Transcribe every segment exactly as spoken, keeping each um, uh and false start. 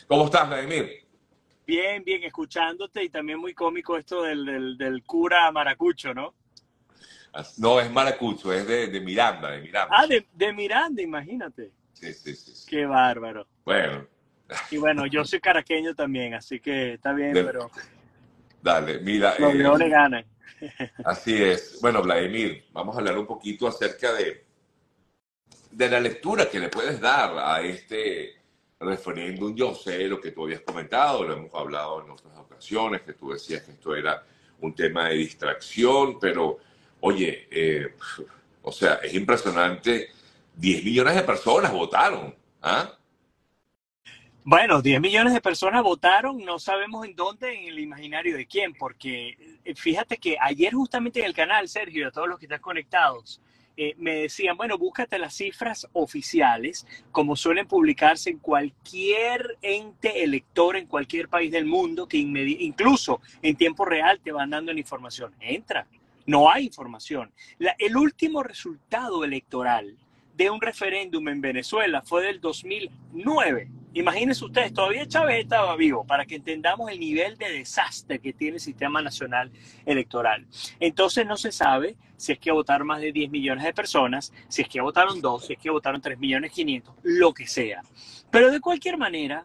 ¿Cómo estás, Vladimir? Bien, bien, escuchándote y también muy cómico esto del, del, del cura Maracucho, ¿no? No, es Maracucho, es de, de Miranda, de Miranda. Ah, de, de Miranda, imagínate. Sí, sí, sí, sí. Qué bárbaro. Bueno, Y bueno, yo soy caraqueño también, así que está bien, de- pero dale, mira, los eh, leones ganan. así es. Bueno, Vladimir, vamos a hablar un poquito acerca de, de la lectura que le puedes dar a este referéndum. Yo sé lo que tú habías comentado, lo hemos hablado en otras ocasiones, que tú decías que esto era un tema de distracción, pero oye, eh, o sea, es impresionante, diez millones de personas votaron, ¿ah? Bueno, diez millones de personas votaron, no sabemos en dónde, en el imaginario de quién, porque eh, fíjate que ayer justamente en el canal, Sergio, y a todos los que están conectados, eh, me decían, bueno, búscate las cifras oficiales, como suelen publicarse en cualquier ente elector en cualquier país del mundo, que incluso en tiempo real te van dando la información. Entra, no hay información. La, el último resultado electoral de un referéndum en Venezuela fue del dos mil nueve. Imagínense ustedes, todavía Chávez estaba vivo, para que entendamos el nivel de desastre que tiene el sistema nacional electoral. Entonces no se sabe si es que votaron más de diez millones de personas, si es que votaron dos, si es que votaron tres millones quinientos, lo que sea. Pero de cualquier manera,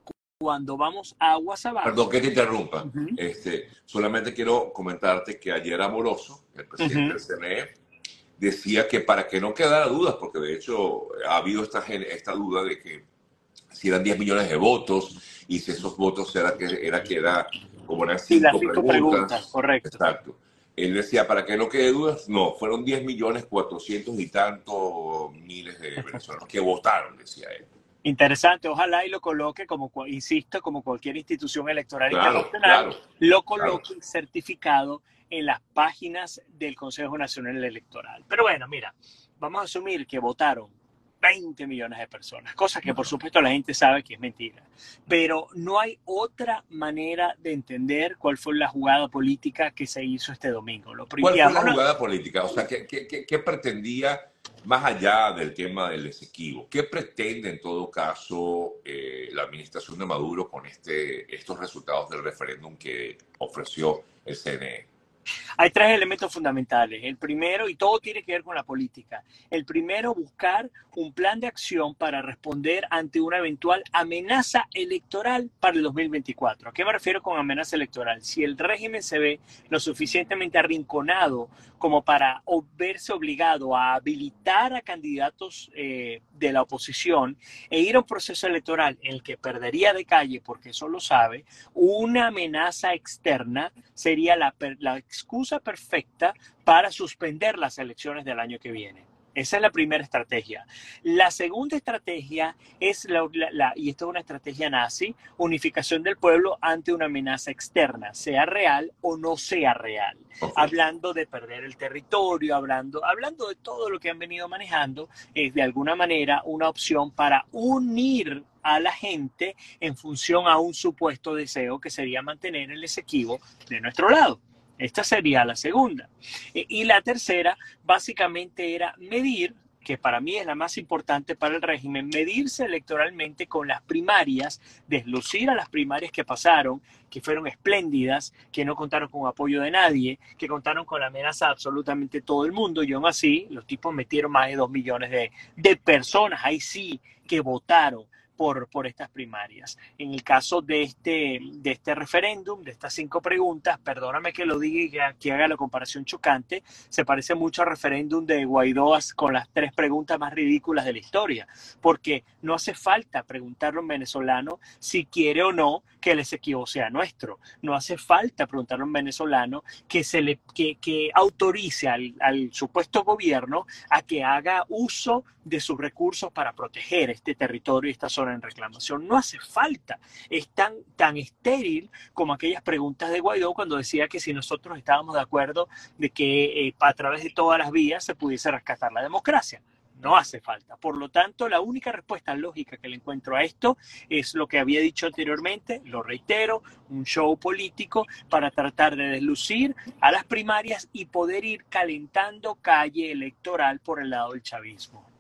cuando vamos aguas Perdón abajo. que te interrumpa. Uh-huh, Este, solamente quiero comentarte que ayer Amoroso, el presidente uh-huh. del C N E, decía que para que no quedara dudas, porque de hecho ha habido esta, esta duda de que si eran diez millones de votos y si esos votos era que, era que era como eran Sí, las cinco cinco preguntas, preguntas. correcto. Exacto. Él decía, para que no quede dudas, no, fueron diez millones cuatrocientos y tantos miles de venezolanos que votaron, decía él. Interesante, ojalá y lo coloque, como insisto, como cualquier institución electoral Claro, internacional, claro, lo claro. coloque certificado en las páginas del Consejo Nacional Electoral. Pero bueno, mira, vamos a asumir que votaron veinte millones de personas, cosa que por supuesto la gente sabe que es mentira. Pero no hay otra manera de entender cuál fue la jugada política que se hizo este domingo. Lo ¿Cuál y fue la ahora, jugada política? O sea, ¿qué, qué, qué, qué pretendía, más allá del tema del Esequibo, qué pretende en todo caso eh, la administración de Maduro con este, estos resultados del referéndum que ofreció el C N E? hay tres elementos fundamentales. El primero, y todo tiene que ver con la política. El primero, buscar un plan de acción para responder ante una eventual amenaza electoral para el dos mil veinticuatro. ¿A qué me refiero con amenaza electoral? Si el régimen se ve lo suficientemente arrinconado como para verse obligado a habilitar a candidatos eh, de la oposición e ir a un proceso electoral en el que perdería de calle, porque eso lo sabe, una amenaza externa sería la, la excusa perfecta para suspender las elecciones del año que viene. Esa es la primera estrategia. La segunda estrategia es, la, la, la, y esto es una estrategia nazi, unificación del pueblo ante una amenaza externa, sea real o no sea real. Okay. Hablando de perder el territorio, hablando, hablando de todo lo que han venido manejando, es de alguna manera una opción para unir a la gente en función a un supuesto deseo que sería mantener el Esequibo de nuestro lado. Esta sería la segunda. Y la tercera, básicamente, era medir, que para mí es la más importante para el régimen, medirse electoralmente con las primarias, deslucir a las primarias que pasaron, que fueron espléndidas, que no contaron con apoyo de nadie, que contaron con la amenaza de absolutamente todo el mundo, y aún así los tipos metieron más de dos millones de, de personas, ahí sí, que votaron por, por estas primarias. En el caso de este, de este referéndum, de estas cinco preguntas, perdóname que lo diga y que, que haga la comparación chocante, se parece mucho al referéndum de Guaidó con las tres preguntas más ridículas de la historia, porque no hace falta preguntarle a un venezolano si quiere o no que el Esequibo sea nuestro. No hace falta preguntarle a un venezolano que, se le, que, que autorice al, al supuesto gobierno a que haga uso de sus recursos para proteger este territorio y esta zona en reclamación. No hace falta. Es tan, tan estéril como aquellas preguntas de Guaidó cuando decía que si nosotros estábamos de acuerdo de que eh, a través de todas las vías se pudiese rescatar la democracia. No hace falta. Por lo tanto, la única respuesta lógica que le encuentro a esto es lo que había dicho anteriormente, lo reitero, un show político para tratar de deslucir a las primarias y poder ir calentando calle electoral por el lado del chavismo.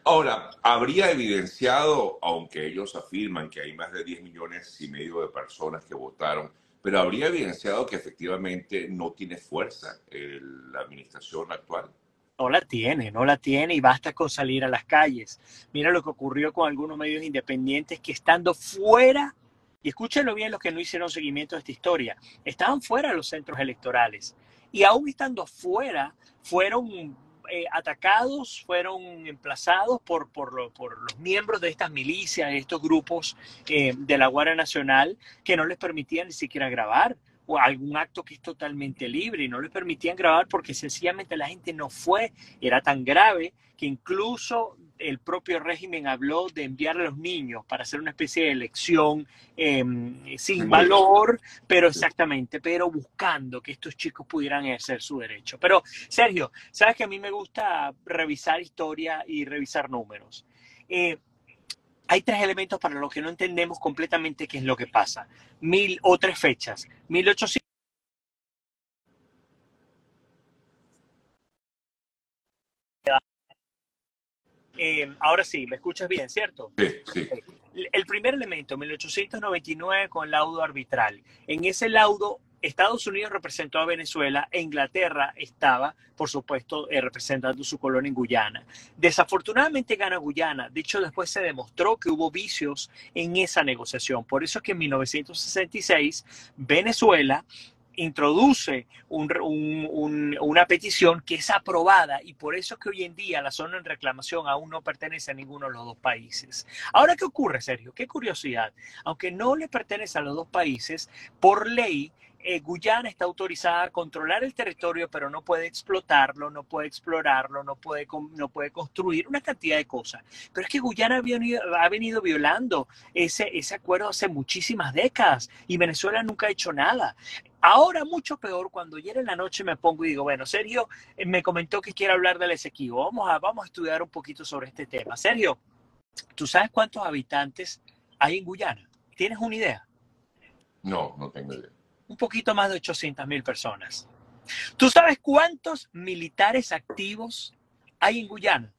Ahora, habría evidenciado, aunque ellos afirman que hay más de diez millones y medio de personas que votaron, pero habría evidenciado que efectivamente no tiene fuerza el- la administración actual. No la tiene, no la tiene y basta con salir a las calles. Mira lo que ocurrió con algunos medios independientes que estando fuera, y escúchenlo bien los que no hicieron seguimiento de esta historia, estaban fuera de los centros electorales y aún estando fuera fueron eh, atacados, fueron emplazados por, por, lo, por, los miembros de estas milicias, de estos grupos eh, de la Guardia Nacional que no les permitían ni siquiera grabar o algún acto que es totalmente libre y no les permitían grabar porque sencillamente la gente no fue. Era tan grave que incluso el propio régimen habló de enviar a los niños para hacer una especie de elección eh, sin Simbólica. valor, pero Sí. exactamente, pero buscando que estos chicos pudieran ejercer su derecho. Pero Sergio, sabes que a mí me gusta revisar historia y revisar números. Eh, hay tres elementos para los que no entendemos completamente qué es lo que pasa. Mil o tres fechas. mil ochocientos. Eh, ahora sí, ¿me escuchas bien, cierto? Sí, sí. El primer elemento, mil ochocientos noventa y nueve, con laudo arbitral. En ese laudo, Estados Unidos representó a Venezuela e Inglaterra estaba, por supuesto, eh, representando su colonia en Guyana. Desafortunadamente gana Guyana. De hecho, después se demostró que hubo vicios en esa negociación. Por eso es que en mil novecientos sesenta y seis Venezuela introduce un, un, un, una petición que es aprobada y por eso es que hoy en día la zona en reclamación aún no pertenece a ninguno de los dos países. Ahora, ¿qué ocurre, Sergio? Qué curiosidad. Aunque no le pertenece a los dos países, por ley, eh, Guyana está autorizada a controlar el territorio, pero no puede explotarlo, no puede explorarlo, no puede, no puede construir una cantidad de cosas. Pero es que Guyana ha venido, ha venido violando ese, ese acuerdo hace muchísimas décadas y Venezuela nunca ha hecho nada. Ahora mucho peor, cuando ayer en la noche me pongo y digo, bueno, Sergio eh, me comentó que quiere hablar del Esequibo. Vamos a, vamos a estudiar un poquito sobre este tema. Sergio, ¿tú sabes cuántos habitantes hay en Guyana? ¿Tienes una idea? No, no tengo idea. Un poquito más de ochocientas mil personas. ¿Tú sabes cuántos militares activos hay en Guyana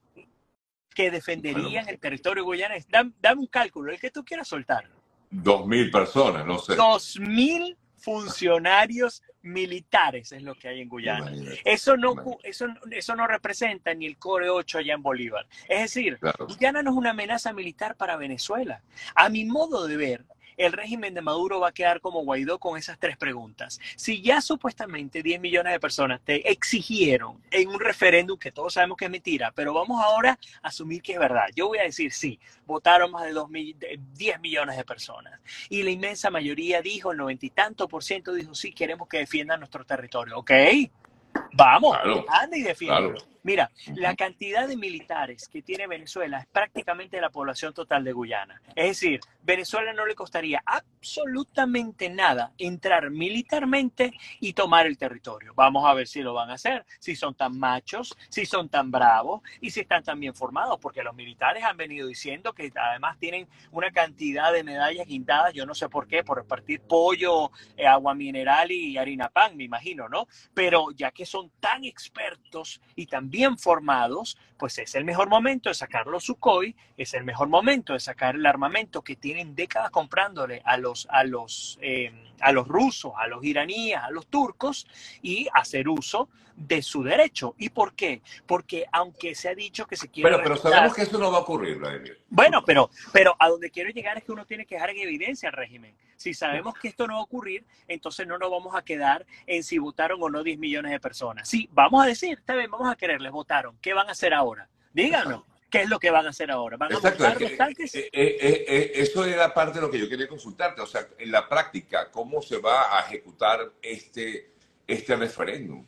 que defenderían Bueno, el territorio guyanés? Dame, dame un cálculo, el que tú quieras soltar. dos mil personas, no sé. Dos mil funcionarios militares es lo que hay en Guyana. Imagínate, Eso no, imagínate. eso, eso no representa ni el Core ocho allá en Bolívar. Es decir, Claro. Guyana no es una amenaza militar para Venezuela. A mi modo de ver, el régimen de Maduro va a quedar como Guaidó con esas tres preguntas. Si ya supuestamente diez millones de personas te exigieron en un referéndum, que todos sabemos que es mentira, pero vamos ahora a asumir que es verdad. Yo voy a decir sí, votaron más de, dos, de diez millones de personas. Y la inmensa mayoría dijo, el noventa y tanto por ciento dijo sí, queremos que defiendan nuestro territorio. ¿Ok? Vamos, Claro, anda y defiéndelo. claro. Mira, Uh la -huh. cantidad de militares que tiene Venezuela es prácticamente la población total de Guyana. Es decir, Venezuela no le costaría absolutamente nada entrar militarmente y tomar el territorio. Vamos a ver si lo van a hacer, si son tan machos, si son tan bravos y si están tan bien formados, porque los militares han venido diciendo que además tienen una cantidad de medallas guindadas, yo no sé por qué, por repartir pollo, eh, agua mineral y harina pan, me imagino, ¿no? Pero ya que son tan expertos y tan bien formados, pues es el mejor momento de sacar los Sukhoi, es el mejor momento de sacar el armamento que tienen décadas comprándole a los, a los, eh, a los rusos, a los iraníes, a los turcos y hacer uso de su derecho. ¿Y por qué? Porque aunque se ha dicho que se quiere Pero, pero respetar, sabemos que eso no va a ocurrir, Vladimir. bueno, pero, pero a donde quiero llegar es que uno tiene que dejar en evidencia al régimen. Si sabemos que esto no va a ocurrir, entonces no nos vamos a quedar en si votaron o no diez millones de personas. Sí, vamos a decir, está bien, vamos a quererles, votaron. ¿Qué van a hacer ahora? Díganos, ¿qué es lo que van a hacer ahora? ¿Van a Exacto, es montar que los tanques? eh, eh, eh, eh, eso era parte de lo que yo quería consultarte. O sea, en la práctica, ¿cómo se va a ejecutar este, este referéndum?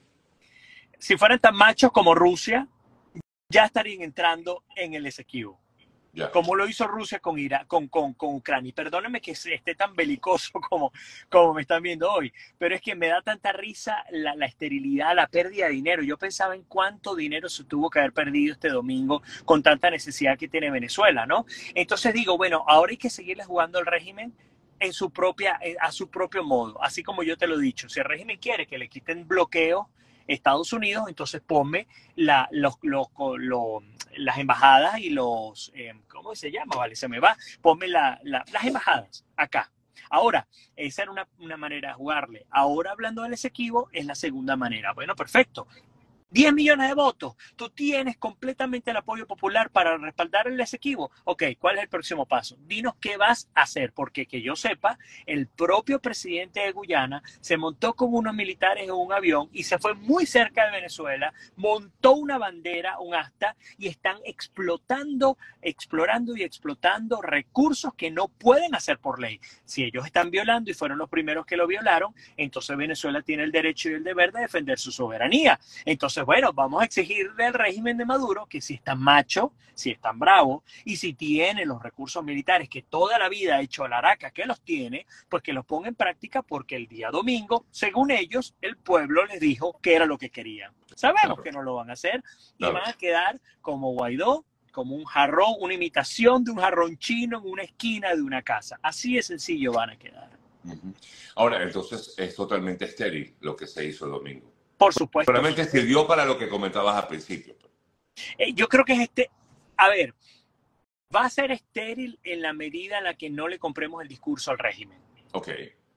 Si fueran tan machos como Rusia, ya estarían entrando en el Esequibo. Ya. Como lo hizo Rusia con, Ira, con, con, con Ucrania. Y perdónenme que esté tan belicoso como, como me están viendo hoy, pero es que me da tanta risa la, la esterilidad, la pérdida de dinero. Yo pensaba en cuánto dinero se tuvo que haber perdido este domingo con tanta necesidad que tiene Venezuela, ¿no? Entonces digo, bueno, ahora hay que seguirle jugando al régimen en su propia, a su propio modo, así como yo te lo he dicho. Si el régimen quiere que le quiten bloqueo, Estados Unidos, entonces ponme la, los, los, los, las embajadas y los, eh, ¿cómo se llama? Vale, se me va. Ponme la, la, las embajadas acá. Ahora, esa era una, una manera de jugarle. Ahora, hablando del Esequibo, es la segunda manera. Bueno, perfecto. diez millones de votos. Tú tienes completamente el apoyo popular para respaldar el Esequibo. Ok, ¿cuál es el próximo paso? Dinos qué vas a hacer, porque que yo sepa, el propio presidente de Guyana se montó con unos militares en un avión y se fue muy cerca de Venezuela, montó una bandera, un asta, y están explotando, explorando y explotando recursos que no pueden hacer por ley. Si ellos están violando y fueron los primeros que lo violaron, entonces Venezuela tiene el derecho y el deber de defender su soberanía. Entonces, bueno, vamos a exigirle al régimen de Maduro que si es tan macho, si es tan bravo y si tiene los recursos militares que toda la vida ha hecho a la Araca que los tiene, pues que los ponga en práctica porque el día domingo, según ellos, el pueblo les dijo que era lo que querían. Sabemos claro. que no lo van a hacer y claro. van a quedar como Guaidó, como un jarrón, una imitación de un jarrón chino en una esquina de una casa. Así de sencillo van a quedar. Uh-huh. Ahora, entonces es totalmente estéril lo que se hizo el domingo. Por supuesto. Solamente sirvió para lo que comentabas al principio. Eh, yo creo que es este, a ver, va a ser estéril en la medida en la que no le compremos el discurso al régimen. Ok.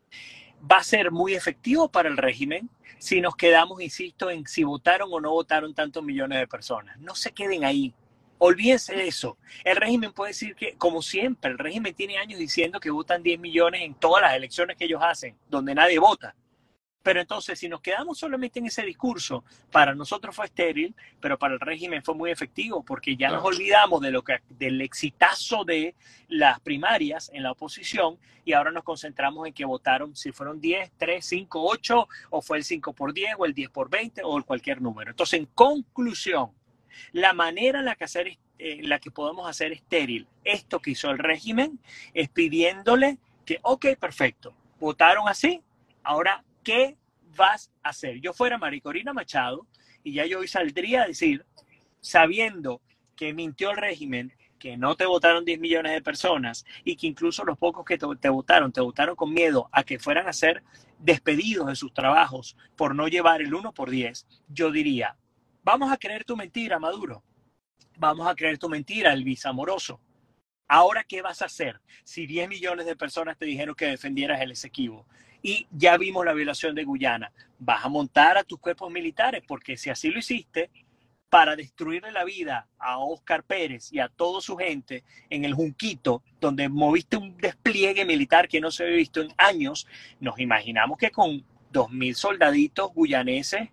Va a ser muy efectivo para el régimen si nos quedamos, insisto, en si votaron o no votaron tantos millones de personas. No se queden ahí. Olvídense de eso. El régimen puede decir que, como siempre, el régimen tiene años diciendo que votan diez millones en todas las elecciones que ellos hacen, donde nadie vota. Pero entonces, si nos quedamos solamente en ese discurso, para nosotros fue estéril, pero para el régimen fue muy efectivo, porque ya nos olvidamos de lo que, del exitazo de las primarias en la oposición y ahora nos concentramos en que votaron si fueron diez, tres, cinco, ocho, o fue el cinco por diez, o el diez por veinte, o cualquier número. Entonces, en conclusión, la manera en la que, hacer, eh, la que podemos hacer estéril esto que hizo el régimen es pidiéndole que, ok, perfecto, votaron así, ahora ¿qué vas a hacer? Yo fuera María Corina Machado y ya yo hoy saldría a decir, sabiendo que mintió el régimen, que no te votaron diez millones de personas y que incluso los pocos que te, te votaron, te votaron con miedo a que fueran a ser despedidos de sus trabajos por no llevar el uno por diez, yo diría, vamos a creer tu mentira, Maduro. Vamos a creer tu mentira, Elvis Amoroso. Ahora, ¿qué vas a hacer si diez millones de personas te dijeron que defendieras el Esequibo? Y ya vimos la violación de Guyana. Vas a montar a tus cuerpos militares, porque si así lo hiciste, para destruirle la vida a Óscar Pérez y a toda su gente en el Junquito, donde moviste un despliegue militar que no se había visto en años, nos imaginamos que con dos mil soldaditos guyaneses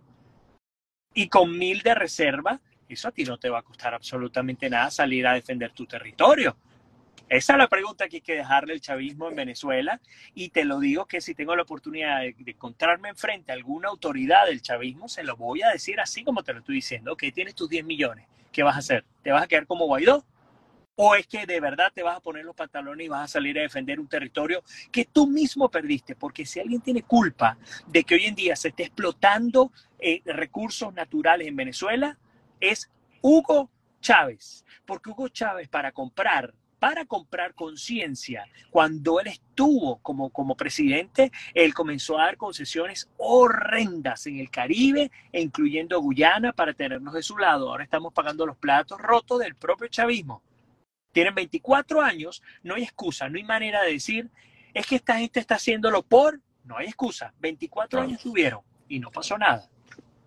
y con mil de reserva, eso a ti no te va a costar absolutamente nada salir a defender tu territorio. Esa es la pregunta que hay que dejarle al chavismo en Venezuela, y te lo digo que si tengo la oportunidad de, de encontrarme enfrente a alguna autoridad del chavismo, se lo voy a decir así como te lo estoy diciendo. Ok, tienes tus diez millones, ¿qué vas a hacer? ¿Te vas a quedar como Guaidó? ¿O es que de verdad te vas a poner los pantalones y vas a salir a defender un territorio que tú mismo perdiste? Porque si alguien tiene culpa de que hoy en día se esté explotando eh, recursos naturales en Venezuela, es Hugo Chávez. Porque Hugo Chávez, para comprar para comprar conciencia, cuando él estuvo como, como presidente, él comenzó a dar concesiones horrendas en el Caribe, incluyendo Guyana, para tenernos de su lado. Ahora estamos pagando los platos rotos del propio chavismo. Tienen veinticuatro años, no hay excusa, no hay manera de decir, es que esta gente está haciéndolo por... No hay excusa, veinticuatro años tuvieron y no pasó nada.